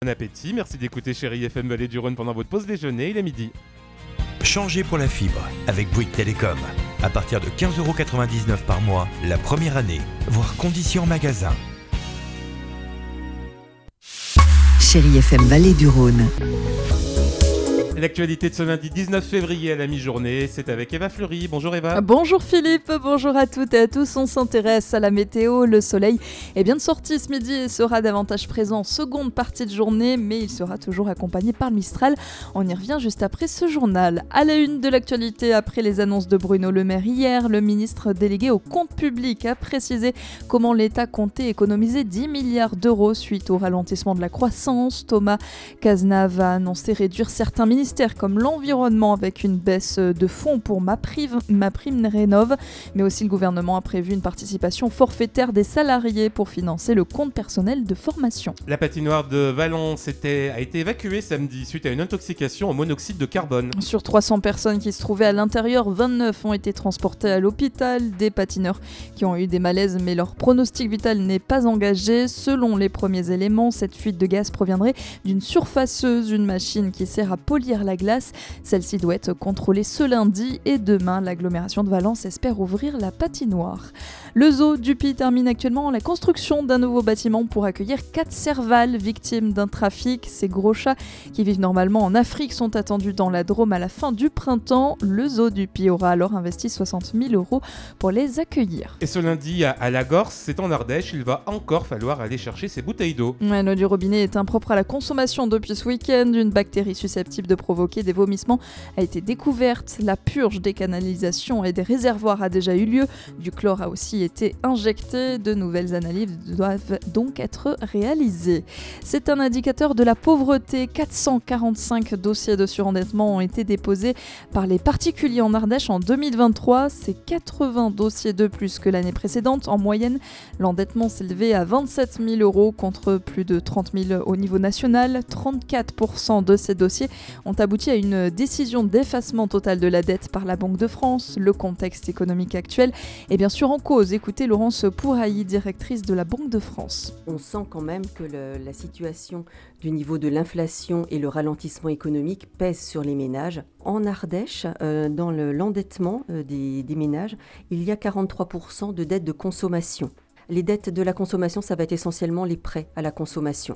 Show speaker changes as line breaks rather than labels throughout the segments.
Bon appétit, merci d'écouter Chérie FM Vallée du Rhône pendant votre pause déjeuner, il est midi.
Changez pour la fibre avec Bouygues Télécom. À partir de 15,99€ par mois, la première année, voire conditions en magasin.
Chérie FM Vallée du Rhône.
L'actualité de ce lundi 19 février à la mi-journée, c'est avec Eva Fleury. Bonjour Eva.
Bonjour Philippe, bonjour à toutes et à tous. On s'intéresse à la météo. Le soleil est bien de sortie ce midi et sera davantage présent en seconde partie de journée, mais il sera toujours accompagné par le Mistral. On y revient juste après ce journal. À la une de l'actualité, après les annonces de Bruno Le Maire hier, le ministre délégué au compte public a précisé comment l'État comptait économiser 10 milliards d'euros suite au ralentissement de la croissance. Thomas Cazenave a annoncé réduire certains ministères comme l'environnement avec une baisse de fonds pour ma prime rénov', mais aussi le gouvernement a prévu une participation forfaitaire des salariés pour financer le compte personnel de formation.
La patinoire de Valence a été évacuée samedi suite à une intoxication au monoxyde de carbone.
Sur 300 personnes qui se trouvaient à l'intérieur, 29 ont été transportées à l'hôpital. Des patineurs qui ont eu des malaises, mais leur pronostic vital n'est pas engagé. Selon les premiers éléments, cette fuite de gaz proviendrait d'une surfaceuse, une machine qui sert à polir la glace. Celle-ci doit être contrôlée ce lundi et demain, l'agglomération de Valence espère ouvrir la patinoire. Le zoo du Puy termine actuellement la construction d'un nouveau bâtiment pour accueillir 4 servales victimes d'un trafic. Ces gros chats qui vivent normalement en Afrique sont attendus dans la Drôme à la fin du printemps. Le zoo du Puy aura alors investi 60 000 € pour les accueillir.
Et ce lundi à Lagorce, c'est en Ardèche, il va encore falloir aller chercher ses bouteilles d'eau.
L'eau du robinet est impropre à la consommation depuis ce week-end. Une bactérie susceptible de provoquer des vomissements a été découverte. La purge des canalisations et des réservoirs a déjà eu lieu. Du chlore a aussi été injecté. De nouvelles analyses doivent donc être réalisées. C'est un indicateur de la pauvreté. 445 dossiers de surendettement ont été déposés par les particuliers en Ardèche en 2023. C'est 80 dossiers de plus que l'année précédente. En moyenne, l'endettement s'élevait à 27 000 € contre plus de 30 000 au niveau national. 34% de ces dossiers ont abouti à une décision d'effacement total de la dette par la Banque de France. Le contexte économique actuel est bien sûr en cause. Écoutez Laurence Pourailly, directrice de la Banque de France.
On sent quand même que la situation du niveau de l'inflation et le ralentissement économique pèsent sur les ménages. En Ardèche, dans l'endettement des ménages, il y a 43% de dettes de consommation. Les dettes de la consommation, ça va être essentiellement les prêts à la consommation.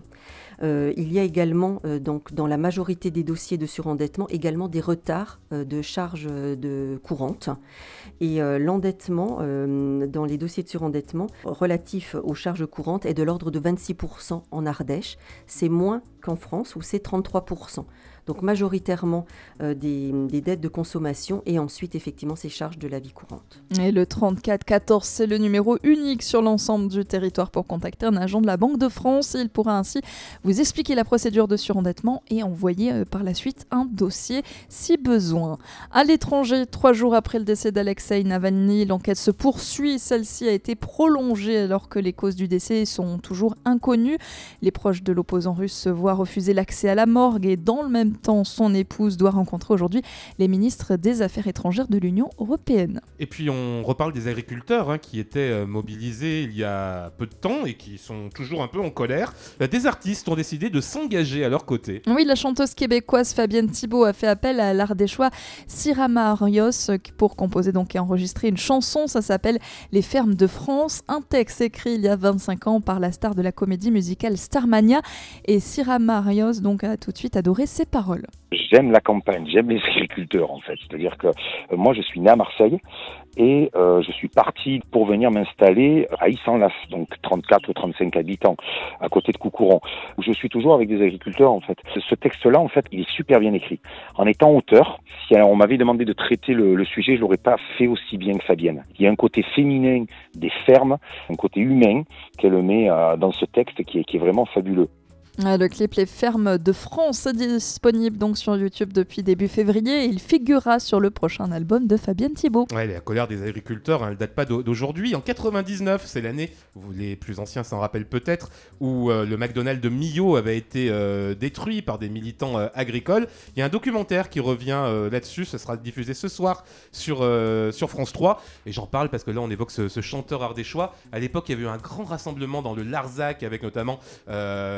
Il y a également, donc, dans la majorité des dossiers de surendettement, également des retards de charges courantes. Et l'endettement, dans les dossiers de surendettement relatifs aux charges courantes, est de l'ordre de 26% en Ardèche. C'est moins qu'en France où c'est 33%. Donc majoritairement des dettes de consommation et ensuite effectivement ces charges de la vie courante.
Et le 3414, c'est le numéro unique sur l'ensemble du territoire pour contacter un agent de la Banque de France. Il pourra ainsi vous expliquer la procédure de surendettement et envoyer par la suite un dossier si besoin. À l'étranger, 3 jours après le décès d'Alexeï Navalny, l'enquête se poursuit. Celle-ci a été prolongée alors que les causes du décès sont toujours inconnues. Les proches de l'opposant russe se voient refuser l'accès à la morgue et dans le même temps, son épouse doit rencontrer aujourd'hui les ministres des Affaires étrangères de l'Union européenne.
Et puis on reparle des agriculteurs qui étaient mobilisés il y a peu de temps et qui sont toujours un peu en colère. Des artistes ont décidé de s'engager à leur côté.
Oui, la chanteuse québécoise Fabienne Thibault a fait appel à l'Ardéchois Sirama Arios pour composer donc et enregistrer une chanson. Ça s'appelle Les Fermes de France, un texte écrit il y a 25 ans par la star de la comédie musicale Starmania. Et Sirama Arios donc a tout de suite adoré ses paroles.
J'aime la campagne, j'aime les agriculteurs en fait. C'est-à-dire que moi je suis né à Marseille et je suis parti pour venir m'installer à Issenlas, donc 34 ou 35 habitants, à côté de Coucouron, où je suis toujours avec des agriculteurs en fait. Ce texte-là en fait, il est super bien écrit. En étant auteur, si on m'avait demandé de traiter le sujet, je l'aurais pas fait aussi bien que Fabienne. Il y a un côté féminin des fermes, un côté humain qu'elle met dans ce texte qui est vraiment fabuleux.
Le clip Les Fermes de France est disponible donc sur YouTube depuis début février. Il figurera sur le prochain album de Fabienne Thibault.
Ouais, la colère des agriculteurs, elle ne date pas d'aujourd'hui. En 99, c'est l'année, les plus anciens s'en rappellent peut-être, où le McDonald's de Millau avait été détruit par des militants agricoles. Il y a un documentaire qui revient là-dessus, ce sera diffusé ce soir sur France 3. Et j'en parle parce que là, on évoque ce chanteur ardéchois. À l'époque, il y avait eu un grand rassemblement dans le Larzac avec notamment Mano,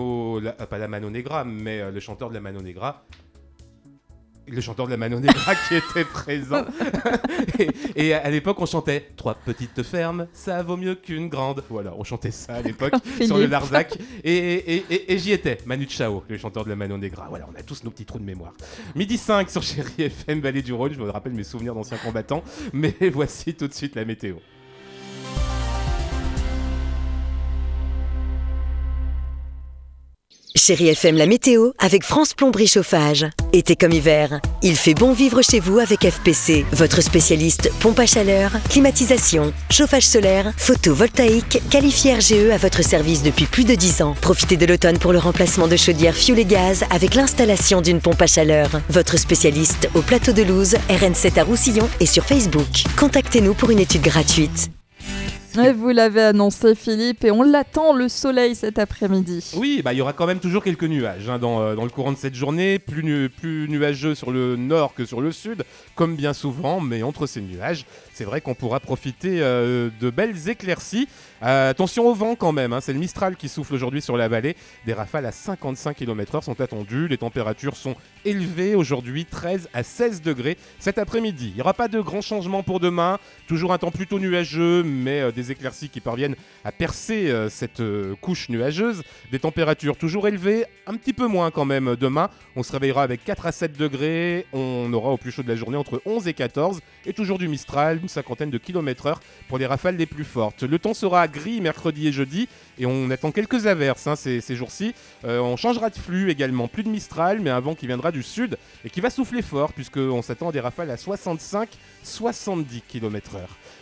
pas la Mano Negra, mais le chanteur de la Mano Negra. Le chanteur de la Mano Negra qui était présent. et à l'époque, on chantait « Trois petites fermes, ça vaut mieux qu'une grande ». Voilà, on chantait ça à l'époque sur le Larzac. Et j'y étais, Manu Chao, le chanteur de la Mano Negra. Voilà, on a tous nos petits trous de mémoire. 12h05 sur Chérie FM, Vallée du Rhône. Je me rappelle mes souvenirs d'anciens combattants. Mais voici tout de suite la météo.
Chérie FM, la météo avec France Plomberie Chauffage. Été comme hiver, il fait bon vivre chez vous avec FPC, votre spécialiste pompe à chaleur, climatisation, chauffage solaire, photovoltaïque, qualifié RGE à votre service depuis plus de 10 ans. Profitez de l'automne pour le remplacement de chaudières fioul et gaz avec l'installation d'une pompe à chaleur. Votre spécialiste au plateau de Louz, RN7 à Roussillon et sur Facebook. Contactez-nous pour une étude gratuite.
Et vous l'avez annoncé, Philippe, et on l'attend, le soleil cet après-midi.
Oui, il y aura quand même toujours quelques nuages dans le courant de cette journée, plus nuageux sur le nord que sur le sud, comme bien souvent, mais entre ces nuages, c'est vrai qu'on pourra profiter de belles éclaircies. Attention au vent quand même, c'est le Mistral qui souffle aujourd'hui sur la vallée. Des rafales à 55 km/h sont attendues, les températures sont élevées aujourd'hui, 13 à 16 degrés cet après-midi. Il n'y aura pas de grands changements pour demain, toujours un temps plutôt nuageux, mais des éclaircies qui parviennent à percer cette couche nuageuse. Des températures toujours élevées, un petit peu moins quand même demain. On se réveillera avec 4 à 7 degrés, on aura au plus chaud de la journée entre 11 et 14, et toujours du Mistral, une cinquantaine de km/h pour les rafales les plus fortes. Le temps sera gris mercredi et jeudi, et on attend quelques averses ces jours-ci. On changera de flux également, plus de Mistral, mais un vent qui viendra du sud et qui va souffler fort, puisqu'on s'attend à des rafales à 65-70 km/h.